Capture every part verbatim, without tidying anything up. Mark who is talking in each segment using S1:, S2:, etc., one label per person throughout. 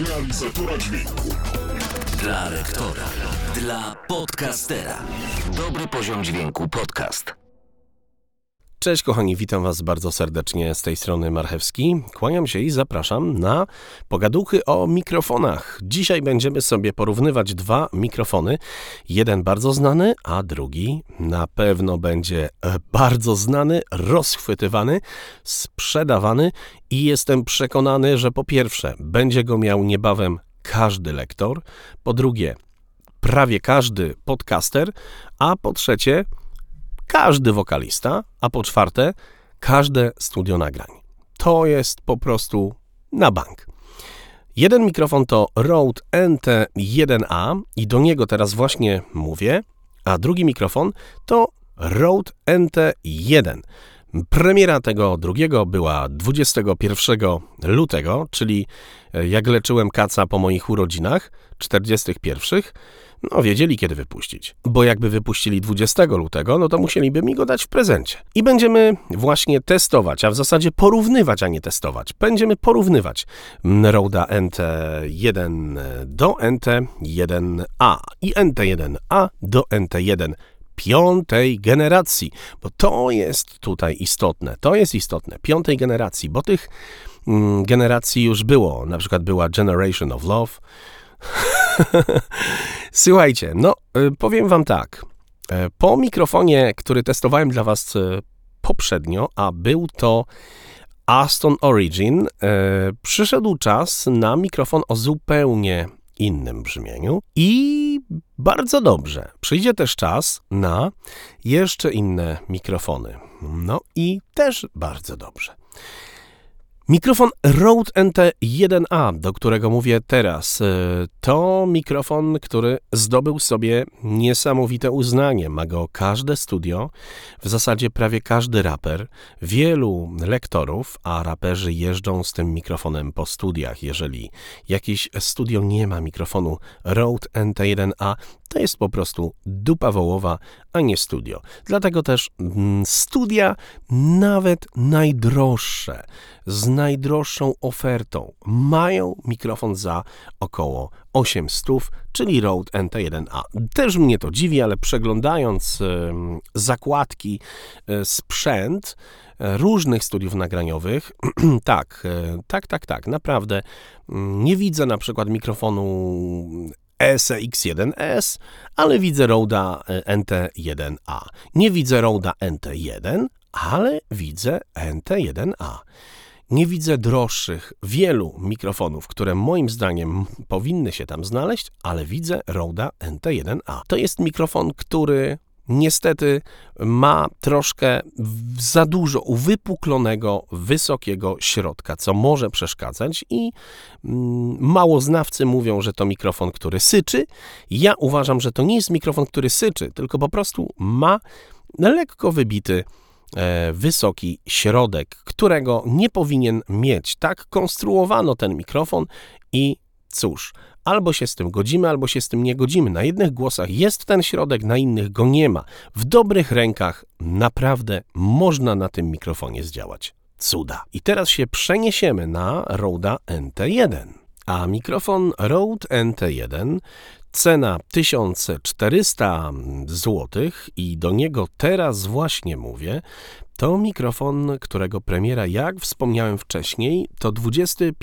S1: realizatora dźwięku.
S2: Dla lektora, dla podcastera. Dobry poziom dźwięku podcast.
S3: Cześć kochani, witam Was bardzo serdecznie z tej strony Marchewski. Kłaniam się i zapraszam na pogaduchy o mikrofonach. Dzisiaj będziemy sobie porównywać dwa mikrofony. Jeden bardzo znany, a drugi na pewno będzie bardzo znany, rozchwytywany, sprzedawany i jestem przekonany, że po pierwsze będzie go miał niebawem każdy lektor, po drugie prawie każdy podcaster, a po trzecie każdy wokalista, a po czwarte każde studio nagrań. To jest po prostu na bank. Jeden mikrofon to Rode N T jeden A i do niego teraz właśnie mówię, a drugi mikrofon to Rode N T jeden. Premiera tego drugiego była dwudziestego pierwszego lutego, czyli jak leczyłem kaca po moich urodzinach, czterdziestych pierwszych, no wiedzieli kiedy wypuścić. Bo jakby wypuścili dwudziestego lutego, no to musieliby mi go dać w prezencie. I będziemy właśnie testować, a w zasadzie porównywać, a nie testować. Będziemy porównywać Rode'a N T jeden do N T jeden A i N T jeden A do N T jeden piątej generacji, bo to jest tutaj istotne, to jest istotne, piątej generacji, bo tych mm, generacji już było, na przykład była Generation of Love. Słuchajcie, no powiem Wam tak, po mikrofonie, który testowałem dla Was poprzednio, a był to Aston Origin, przyszedł czas na mikrofon o zupełnie innym brzmieniu i bardzo dobrze. Przyjdzie też czas na jeszcze inne mikrofony. No i też bardzo dobrze. Mikrofon Rode N T jeden A, do którego mówię teraz, to mikrofon, który zdobył sobie niesamowite uznanie. Ma go każde studio, w zasadzie prawie każdy raper, wielu lektorów, a raperzy jeżdżą z tym mikrofonem po studiach. Jeżeli jakieś studio nie ma mikrofonu Rode N T jeden A, to jest po prostu dupa wołowa, a nie studio. Dlatego też mm, studia, nawet najdroższe, z najdroższą ofertą, mają mikrofon za około osiemset, czyli Rode N T jeden A. Też mnie to dziwi, ale przeglądając y, zakładki, y, sprzęt y, różnych studiów nagraniowych, tak, y, tak, tak, tak, naprawdę y, nie widzę na przykład mikrofonu S X jeden S, ale widzę Rode'a N T jeden A. Nie widzę Rode'a N T jeden, ale widzę N T jeden A. Nie widzę droższych wielu mikrofonów, które moim zdaniem powinny się tam znaleźć, ale widzę Rode'a N T jeden A. To jest mikrofon, który niestety ma troszkę za dużo uwypuklonego, wysokiego środka, co może przeszkadzać i mało znawcy mówią, że to mikrofon, który syczy. Ja uważam, że to nie jest mikrofon, który syczy, tylko po prostu ma lekko wybity e, wysoki środek, którego nie powinien mieć. Tak konstruowano ten mikrofon i cóż, albo się z tym godzimy, albo się z tym nie godzimy. Na jednych głosach jest ten środek, na innych go nie ma. W dobrych rękach naprawdę można na tym mikrofonie zdziałać cuda. I teraz się przeniesiemy na Rode'a N T jeden. A mikrofon Rode N T jeden, cena tysiąc czterysta złotych i do niego teraz właśnie mówię, to mikrofon, którego premiera, jak wspomniałem wcześniej, to dwudziestego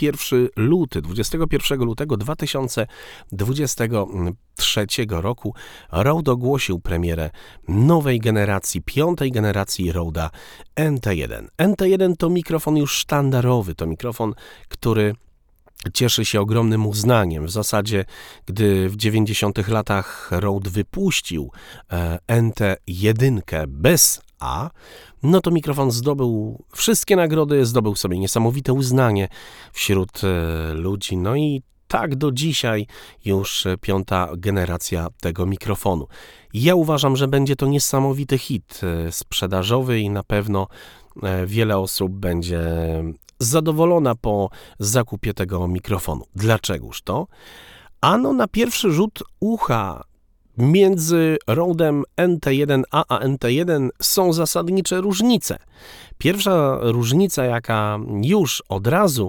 S3: pierwszego lutego dwa tysiące dwudziestego trzeciego roku Rode ogłosił premierę nowej generacji, piątej generacji Rode'a N T jeden. N T jeden to mikrofon już sztandarowy, to mikrofon, który cieszy się ogromnym uznaniem. W zasadzie, gdy w dziewięćdziesiątych latach Rode wypuścił N T jeden bez A, no to mikrofon zdobył wszystkie nagrody, zdobył sobie niesamowite uznanie wśród ludzi, no i tak do dzisiaj już piąta generacja tego mikrofonu. Ja uważam, że będzie to niesamowity hit sprzedażowy i na pewno wiele osób będzie zadowolona po zakupie tego mikrofonu. Dlaczegoż to? Ano na pierwszy rzut ucha między Rode'em N T jeden A a N T jeden są zasadnicze różnice. Pierwsza różnica, jaka już od razu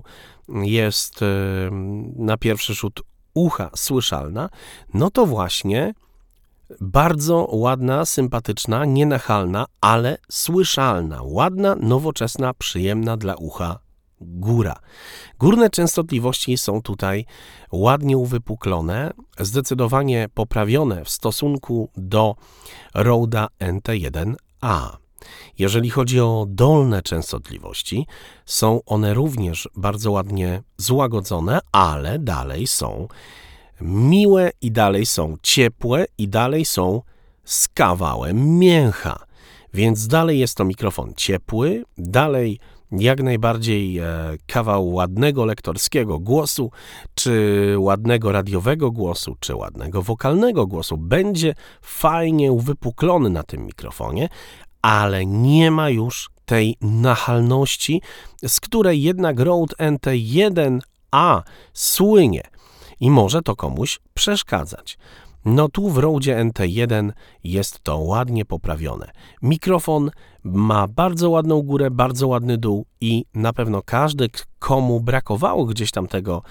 S3: jest na pierwszy rzut ucha słyszalna, no to właśnie bardzo ładna, sympatyczna, nienachalna, ale słyszalna, ładna, nowoczesna, przyjemna dla ucha góra. Górne częstotliwości są tutaj ładnie uwypuklone, zdecydowanie poprawione w stosunku do Rode'a N T jeden A. Jeżeli chodzi o dolne częstotliwości, są one również bardzo ładnie złagodzone, ale dalej są miłe i dalej są ciepłe i dalej są z kawałem mięcha. Więc dalej jest to mikrofon ciepły, dalej jak najbardziej kawał ładnego lektorskiego głosu, czy ładnego radiowego głosu, czy ładnego wokalnego głosu będzie fajnie uwypuklony na tym mikrofonie, ale nie ma już tej nachalności, z której jednak Rode N T jeden A słynie i może to komuś przeszkadzać. No tu w Rode N T jeden jest to ładnie poprawione. Mikrofon ma bardzo ładną górę, bardzo ładny dół i na pewno każdy, komu brakowało gdzieś tam tego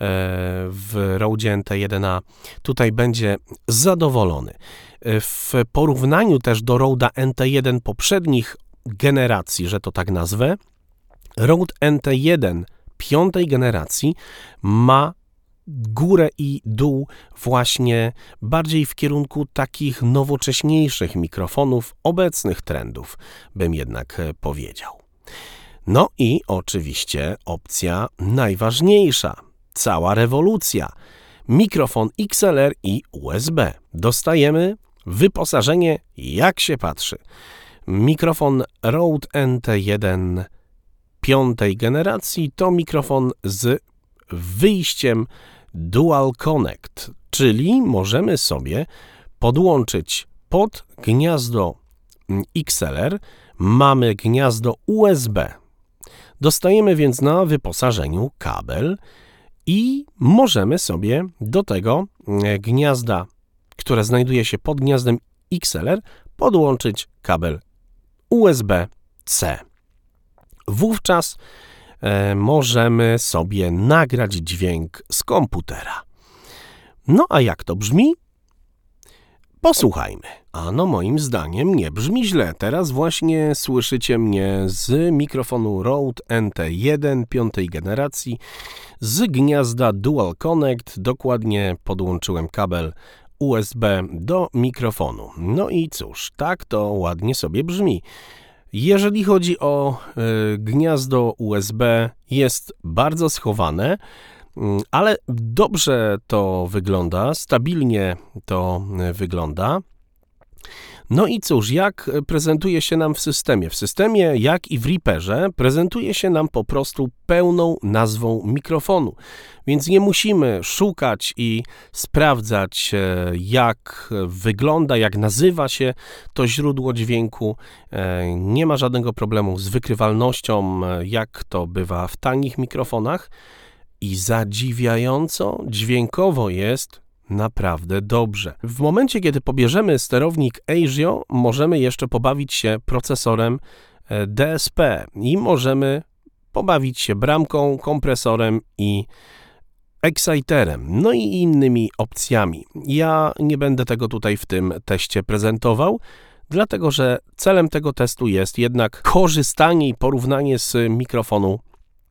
S3: w Rode N T jeden A, tutaj będzie zadowolony. W porównaniu też do Rode'a N T jeden poprzednich generacji, że to tak nazwę, Rode N T jeden piątej generacji ma górę i dół właśnie bardziej w kierunku takich nowocześniejszych mikrofonów, obecnych trendów, bym jednak powiedział. No i oczywiście opcja najważniejsza, cała rewolucja. Mikrofon X L R i U S B. Dostajemy wyposażenie jak się patrzy. Mikrofon Rode N T jeden piątej generacji to mikrofon z wyjściem Dual Connect, czyli możemy sobie podłączyć pod gniazdo X L R, mamy gniazdo U S B. Dostajemy więc na wyposażeniu kabel i możemy sobie do tego gniazda, które znajduje się pod gniazdem X L R, podłączyć kabel U S B C. Wówczas e, możemy sobie nagrać dźwięk z komputera. No a jak to brzmi? Posłuchajmy. Ano moim zdaniem nie brzmi źle. Teraz właśnie słyszycie mnie z mikrofonu Rode N T jeden piątej generacji z gniazda Dual Connect. Dokładnie podłączyłem kabel U S B do mikrofonu. No i cóż, tak to ładnie sobie brzmi. Jeżeli chodzi o y, gniazdo U S B, jest bardzo schowane, y, ale dobrze to wygląda, stabilnie to y, wygląda. No i cóż, jak prezentuje się nam w systemie? W systemie, jak i w Reaperze, prezentuje się nam po prostu pełną nazwą mikrofonu. Więc nie musimy szukać i sprawdzać, jak wygląda, jak nazywa się to źródło dźwięku. Nie ma żadnego problemu z wykrywalnością, jak to bywa w tanich mikrofonach. I zadziwiająco dźwiękowo jest naprawdę dobrze. W momencie, kiedy pobierzemy sterownik ASIO, możemy jeszcze pobawić się procesorem D S P i możemy pobawić się bramką, kompresorem i exciterem, no i innymi opcjami. Ja nie będę tego tutaj w tym teście prezentował, dlatego że celem tego testu jest jednak korzystanie i porównanie z mikrofonu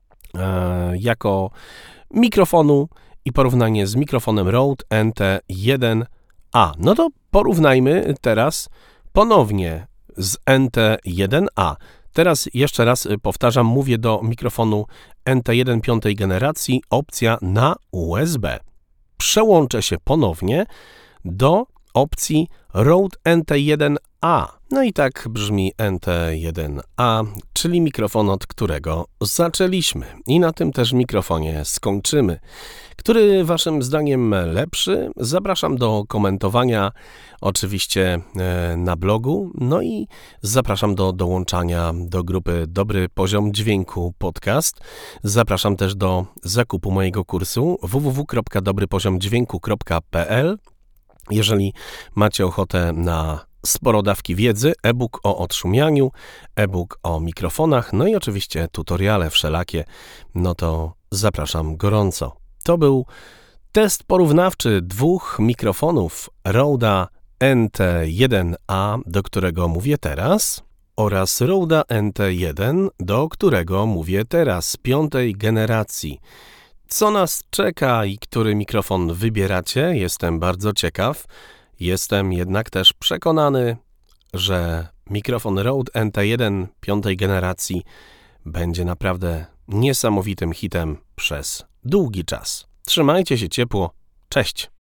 S3: e, jako mikrofonu i porównanie z mikrofonem Rode N T jeden A. No to porównajmy teraz ponownie z N T jeden A. Teraz jeszcze raz powtarzam, mówię do mikrofonu N T jeden piątej generacji, opcja na U S B. Przełączę się ponownie do opcji Rode N T jeden A. No i tak brzmi N T jeden A, czyli mikrofon, od którego zaczęliśmy. I na tym też mikrofonie skończymy. Który waszym zdaniem lepszy? Zapraszam do komentowania oczywiście na blogu. No i zapraszam do dołączania do grupy Dobry Poziom Dźwięku Podcast. Zapraszam też do zakupu mojego kursu w w w kropka dobry poziom dźwięku kropka p l. Jeżeli macie ochotę na sporo dawki wiedzy, e-book o odszumianiu, e-book o mikrofonach, no i oczywiście tutoriale wszelakie, no to zapraszam gorąco. To był test porównawczy dwóch mikrofonów Rode N T jeden A, do którego mówię teraz, oraz Rode N T jeden, do którego mówię teraz, piątej generacji. Co nas czeka i który mikrofon wybieracie? Jestem bardzo ciekaw. Jestem jednak też przekonany, że mikrofon Rode N T jeden piątej generacji będzie naprawdę niesamowitym hitem przez długi czas. Trzymajcie się ciepło. Cześć!